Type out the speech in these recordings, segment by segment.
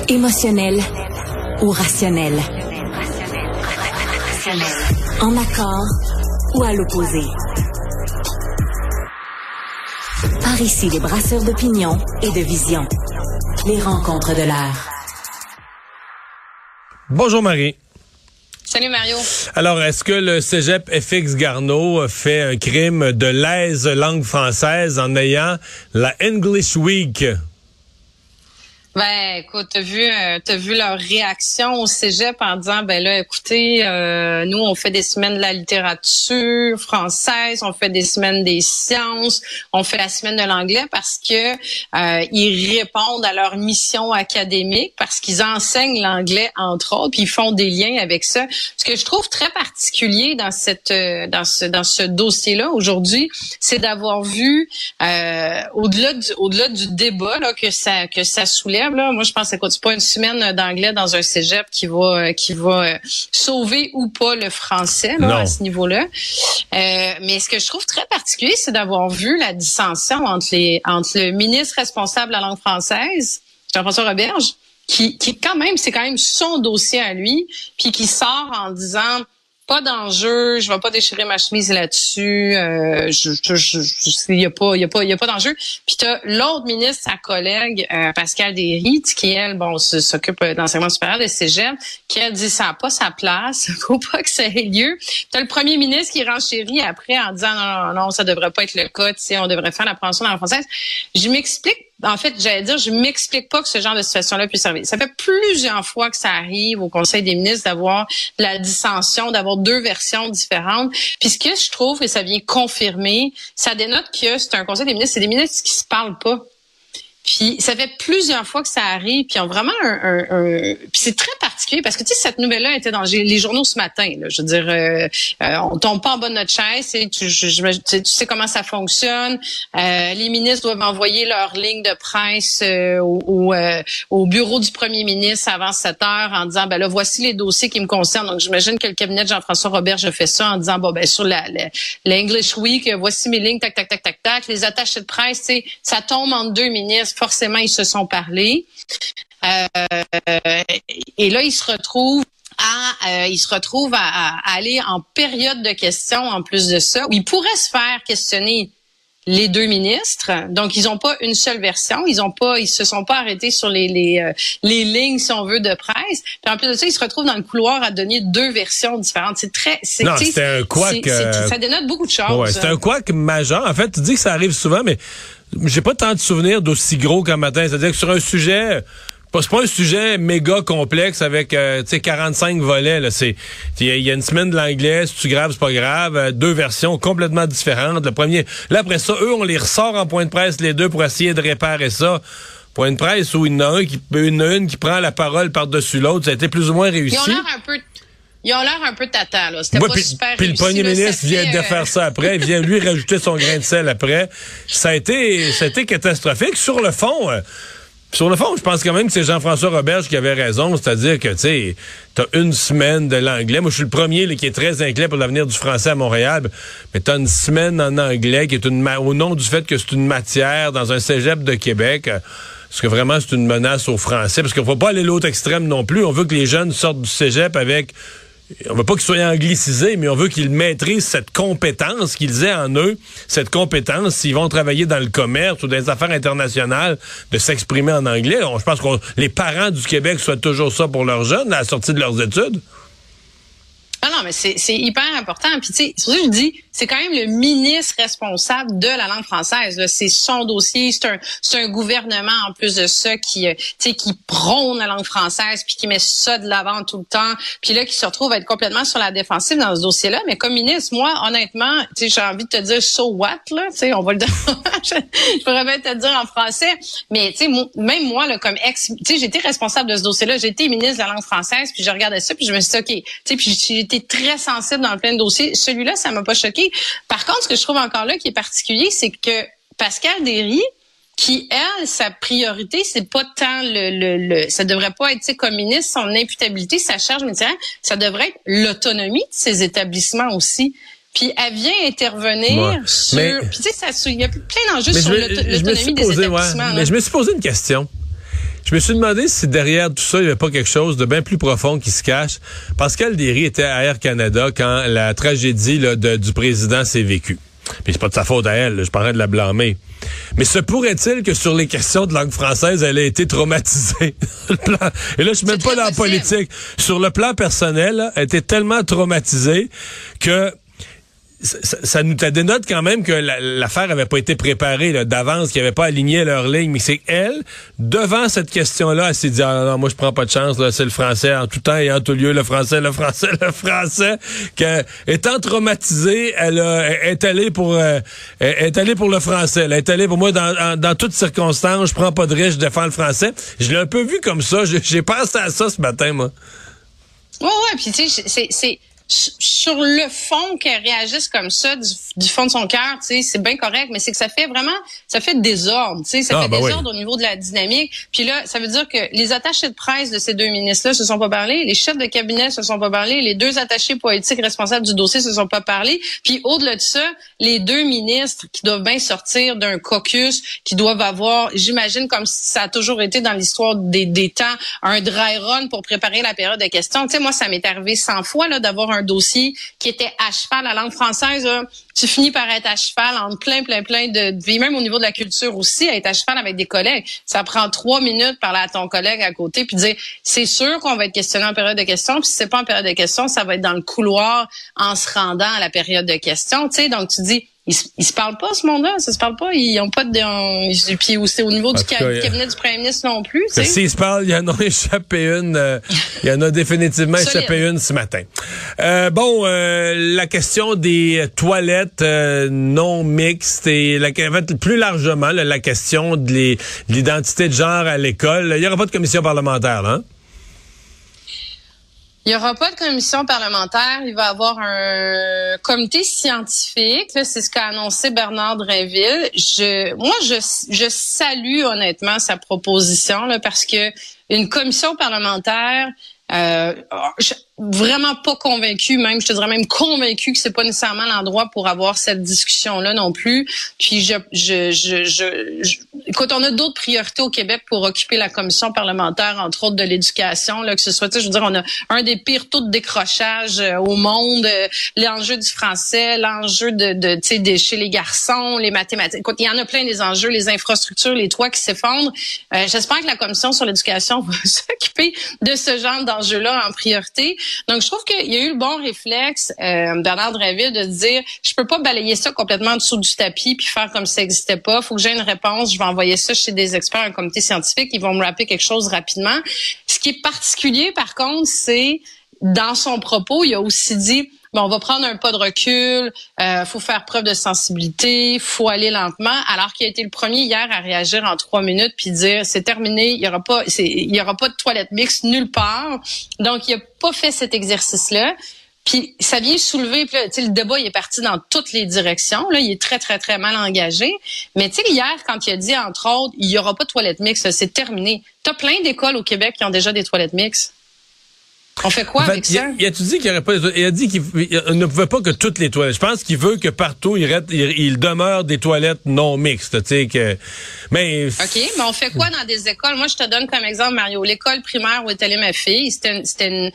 Émotionnel ou rationnel? En accord ou à l'opposé? Par ici, les brasseurs d'opinion et de vision. Les rencontres de l'heure. Bonjour Marie. Salut Mario. Alors, est-ce que le cégep FX Garneau fait un crime de lèse langue française en ayant la English Week? Ben, écoute, t'as vu leur réaction au cégep en disant, ben là, écoutez, nous, on fait des semaines de la littérature française, on fait des semaines des sciences, on fait la semaine de l'anglais parce que ils répondent à leur mission académique, parce qu'ils enseignent l'anglais, entre autres, puis ils font des liens avec ça. Ce que je trouve très particulier dans ce dossier-là aujourd'hui, c'est d'avoir vu, au-delà du débat là, que ça soulève. Là, moi, je pense que c'est pas une semaine d'anglais dans un cégep qui va sauver ou pas le français là, à ce niveau-là. Mais ce que je trouve très particulier, c'est d'avoir vu la dissension entre le ministre responsable de la langue française, Jean-François Roberge, qui quand même, c'est quand même son dossier à lui, puis qui sort en disant pas d'enjeu, je vais pas déchirer ma chemise là-dessus, il y a pas d'enjeu. Puis t'as l'autre ministre, sa collègue Pascale Derry, qui elle, s'occupe d'enseignement supérieur des cégeps, qui a dit ça n'a pas sa place, faut pas que ça ait lieu. T'as le premier ministre qui renchérit après en disant non, ça devrait pas être le cas, tu sais, on devrait faire la promotion dans la française. Je m'explique. En fait, je m'explique pas que ce genre de situation-là puisse arriver. Ça fait plusieurs fois que ça arrive au Conseil des ministres d'avoir la dissension, d'avoir deux versions différentes. Puis ce que je trouve, et ça vient confirmer, ça dénote que c'est un Conseil des ministres, c'est des ministres qui se parlent pas. Puis ça fait plusieurs fois que ça arrive, puis ils ont vraiment puis c'est très particulier parce que tu sais cette nouvelle-là était dans les journaux ce matin. Là, je veux dire, on tombe pas en bas de notre chaise, tu sais comment ça fonctionne. Les ministres doivent envoyer leur ligne de presse au bureau du premier ministre avant 7 heures en disant ben là voici les dossiers qui me concernent. Donc j'imagine que le cabinet de Jean-François Roberge a fait ça en disant sur l'English Week, voici mes lignes, tac. Les attachés de presse, tu sais, ça tombe entre deux ministres. Forcément, ils se sont parlé. Et là, ils se retrouvent à aller en période de questions en plus de ça, où ils pourraient se faire questionner les deux ministres. Donc, ils n'ont pas une seule version. Ils se sont pas arrêtés sur les lignes, si on veut, de presse. Puis en plus de ça, ils se retrouvent dans le couloir à donner deux versions différentes. C'était un couac. Ça dénote beaucoup de choses. Ouais, c'est un couac majeur. En fait, tu dis que ça arrive souvent, mais j'ai pas tant de souvenirs d'aussi gros qu'un matin. C'est-à-dire que sur un sujet, c'est pas un sujet méga complexe avec 45 volets. Là, il y a une semaine de l'anglais, si tu graves, c'est pas grave. Deux versions complètement différentes. Le premier, là après ça, eux, on les ressort en point de presse les deux pour essayer de réparer ça. Point de presse où il y en a une qui prend la parole par-dessus l'autre. Ça a été plus ou moins réussi. Ils ont l'air un peu tata, là. C'était pas super puis réussi. Le premier ministre vient de faire ça après. Il vient lui rajouter son grain de sel après. Ça a été catastrophique. Sur le fond, je pense quand même que c'est Jean-François Roberge qui avait raison. C'est-à-dire que, tu sais, t'as une semaine de l'anglais. Moi, je suis le premier là, qui est très inquiet pour l'avenir du français à Montréal. Mais t'as une semaine en anglais qui est au nom du fait que c'est une matière dans un cégep de Québec. Est-ce que vraiment c'est une menace aux Français? Parce qu'il ne faut pas aller l'autre extrême non plus. On veut que les jeunes sortent du cégep avec... On veut pas qu'ils soient anglicisés, mais on veut qu'ils maîtrisent cette compétence qu'ils aient en eux, cette compétence, s'ils vont travailler dans le commerce ou dans les affaires internationales, de s'exprimer en anglais. Je pense que les parents du Québec souhaitent toujours ça pour leurs jeunes à la sortie de leurs études. Non, mais c'est hyper important. Puis tu sais, c'est pour ça que je dis, c'est quand même le ministre responsable de la langue française. Là. C'est son dossier. C'est un gouvernement en plus de ça qui prône la langue française puis qui met ça de l'avant tout le temps. Puis là, qui se retrouve à être complètement sur la défensive dans ce dossier-là. Mais comme ministre, moi, honnêtement, tu sais, j'ai envie de te dire so what là. Tu sais, on va le dire. Je pourrais même te le dire en français. Mais tu sais, même moi là, comme tu sais, j'étais responsable de ce dossier-là. J'étais ministre de la langue française. Puis je regardais ça puis je me suis dit ok. Tu sais, puis j'étais très sensible dans plein de dossiers. Celui-là, ça m'a pas choqué. Par contre, ce que je trouve encore là qui est particulier, c'est que Pascale Derry, qui, elle, sa priorité, c'est pas tant ça devrait pas être, tu sais, comme ministre, son imputabilité, sa charge ministérielle, ça devrait être l'autonomie de ces établissements aussi. Puis elle vient intervenir sur... Puis tu sais, il y a plein d'enjeux sur l'autonomie des établissements. Mais je me suis posé une question. Je me suis demandé si derrière tout ça, il n'y avait pas quelque chose de bien plus profond qui se cache. Pascal Derry était à Air Canada quand la tragédie là, du président s'est vécue. Puis c'est pas de sa faute à elle, là, je parlais de la blâmer. Mais se pourrait-il que sur les questions de langue française, elle ait été traumatisée? Et là, je suis même pas dans la politique. Sur le plan personnel, là, elle était tellement traumatisée que ça nous dénote quand même que l'affaire avait pas été préparée là, d'avance, qu'ils n'avaient pas aligné leur ligne. Mais c'est elle, devant cette question-là, elle s'est dit, ah non, moi je prends pas de chance, là, c'est le français en tout temps et en tout lieu, le français, que, étant traumatisée, elle est allée pour le français. Elle est allée pour moi dans toutes circonstances, je prends pas de risque, je défends le français. Je l'ai un peu vu comme ça. J'ai pensé à ça ce matin, moi. Ouais, puis tu sais, c'est sur le fond qu'elle réagisse comme ça du fond de son cœur, tu sais, c'est bien correct, mais c'est que ça fait désordre, tu sais, ça fait désordre au niveau de la dynamique. Puis là, ça veut dire que les attachés de presse de ces deux ministres-là se sont pas parlé, les chefs de cabinet se sont pas parlé, les deux attachés politiques responsables du dossier se sont pas parlé. Puis au-delà de ça, les deux ministres qui doivent bien sortir d'un caucus, qui doivent avoir, j'imagine, comme ça a toujours été dans l'histoire des temps, un dry run pour préparer la période de questions. Tu sais, moi, ça m'est arrivé 100 fois là d'avoir un dossier qui était à cheval. La langue française, là, tu finis par être à cheval entre plein de... Puis même au niveau de la culture aussi, être à cheval avec des collègues. Ça prend 3 minutes parler à ton collègue à côté puis dire, c'est sûr qu'on va être questionné en période de questions. Puis si c'est pas en période de questions, ça va être dans le couloir en se rendant à la période de questions. Tu sais, donc tu dis... Ils se parlent pas, ce monde-là. Ça se parle pas. Ils ont pas de... Puis aussi au niveau du cabinet du premier ministre non plus. S'ils se parlent, il y en a échappé une. Il y en a définitivement échappé une ce matin. La question des toilettes non mixtes et plus largement la question de l'identité de genre à l'école. Il y aura pas de commission parlementaire, là, hein? Il n'y aura pas de commission parlementaire. Il va y avoir un comité scientifique. Là, c'est ce qu'a annoncé Bernard Drinville. Je salue honnêtement sa proposition là, parce que une commission parlementaire, vraiment pas convaincu, même je te dirais même convaincu que c'est pas nécessairement l'endroit pour avoir cette discussion-là non plus. Puis écoute, on a d'autres priorités au Québec pour occuper la commission parlementaire, entre autres de l'éducation, là, que ce soit, tu sais, je veux dire, on a un des pires taux de décrochage au monde, l'enjeu du français, l'enjeu de tu sais, chez les garçons, les mathématiques. Écoute, il y en a plein des enjeux, les infrastructures, les toits qui s'effondrent. J'espère que la commission sur l'éducation va s'occuper de ce genre d'enjeux-là en priorité. Donc, je trouve qu'il y a eu le bon réflexe, Bernard Drinville, de dire, je peux pas balayer ça complètement en dessous du tapis puis faire comme si ça n'existait pas. Faut que j'ai une réponse. Je vais envoyer ça chez des experts, un comité scientifique. Ils vont me rappeler quelque chose rapidement. Ce qui est particulier, par contre, c'est, dans son propos, il a aussi dit, on va prendre un pas de recul, faut faire preuve de sensibilité, faut aller lentement, alors qu'il a été le premier hier à réagir en 3 minutes puis dire c'est terminé, il y aura pas de toilette mixte nulle part. Donc il a pas fait cet exercice-là. Puis ça vient soulever, puis là, tu sais, le débat il est parti dans toutes les directions. Là, il est très très très mal engagé. Mais tu sais, hier quand il a dit entre autres, il y aura pas de toilette mixte, c'est terminé. T'as plein d'écoles au Québec qui ont déjà des toilettes mixtes. On fait quoi avec ça? Il a-tu dit qu'il n'y aurait pas... Il a dit qu'il ne pouvait pas que toutes les toilettes. Je pense qu'il veut que partout, il demeure des toilettes non mixtes. Tu sais, que... Mais... OK, mais on fait quoi dans des écoles? Moi, je te donne comme exemple, Mario, l'école primaire où est allée ma fille, c'était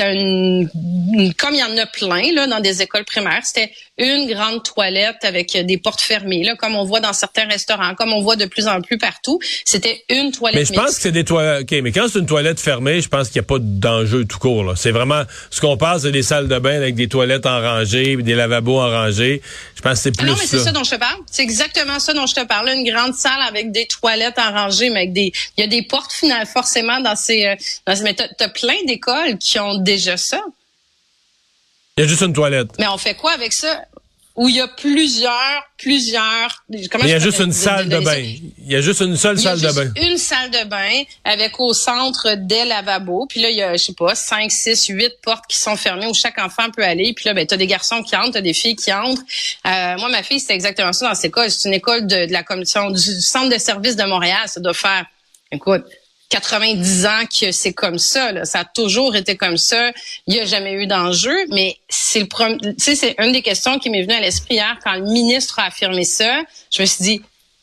comme il y en a plein, là, dans des écoles primaires, c'était une grande toilette avec des portes fermées, là, comme on voit dans certains restaurants, comme on voit de plus en plus partout. C'était une toilette mixte. Mais je pense que c'est des toilettes... OK, mais quand c'est une toilette fermée, je pense qu'il n'y a pas d'enjeu tout court. Là. C'est vraiment... Ce qu'on parle, c'est des salles de bain avec des toilettes en rangée, des lavabos en rangée. Je pense que c'est plus ça. Non, mais c'est ça dont je te parle. C'est exactement ça dont je te parle. Une grande salle avec des toilettes en rangée, mais avec il y a des portes finales forcément dans ces... mais t'as plein d'écoles qui ont déjà ça. Il y a juste une toilette. Mais on fait quoi avec ça? Où il y a plusieurs... Comment il y a juste une salle de bain. Il y a juste une seule salle de bain. Une salle de bain avec au centre des lavabos. Puis là, il y a, je sais pas, 5, 6, 8 portes qui sont fermées où chaque enfant peut aller. Puis là, ben, t'as des garçons qui entrent, t'as des filles qui entrent. Moi, ma fille, c'était exactement ça dans cette école. C'est une école de la commission du centre de services de Montréal. Ça doit faire, écoute, 90 ans que c'est comme ça, là. Ça a toujours été comme ça. Il n'y a jamais eu d'enjeu, mais c'est c'est une des questions qui m'est venue à l'esprit hier quand le ministre a affirmé ça. Je me suis dit,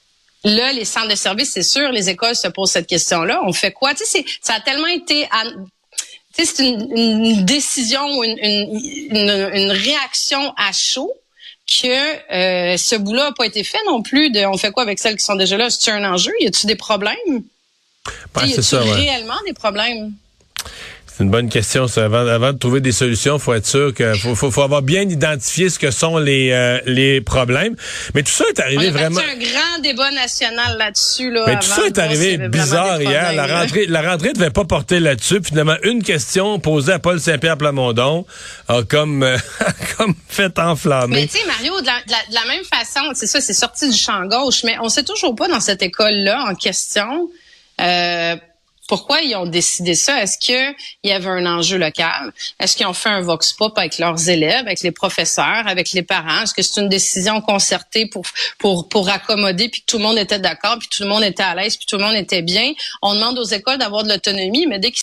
Là, les centres de services, c'est sûr, les écoles se posent cette question-là. On fait quoi? Tu sais, ça a tellement été... Tu sais, c'est une décision, une réaction à chaud que ce bout-là n'a pas été fait non plus. On fait quoi avec celles qui sont déjà là? C'est-tu un enjeu? Y a-tu des problèmes? Ben, y a-tu réellement des problèmes? C'est une bonne question. Ça. Avant de trouver des solutions, faut être sûr que faut avoir bien identifié ce que sont les problèmes. Mais tout ça est arrivé vraiment. On a fait un grand débat national là-dessus là. Mais tout ça est arrivé bizarre hier. La rentrée devait pas porter là-dessus. Puis finalement, une question posée à Paul Saint-Pierre Plamondon a comme fait enflammer. Mais tu sais, Mario, de la même façon, c'est ça, c'est sorti du champ gauche. Mais on sait toujours pas dans cette école-là en question. Pourquoi ils ont décidé ça? Est-ce qu'il y avait un enjeu local? Est-ce qu'ils ont fait un vox pop avec leurs élèves, avec les professeurs, avec les parents? Est-ce que c'est une décision concertée pour accommoder, puis que tout le monde était d'accord, puis tout le monde était à l'aise, puis tout le monde était bien? On demande aux écoles d'avoir de l'autonomie, mais dès qu'ils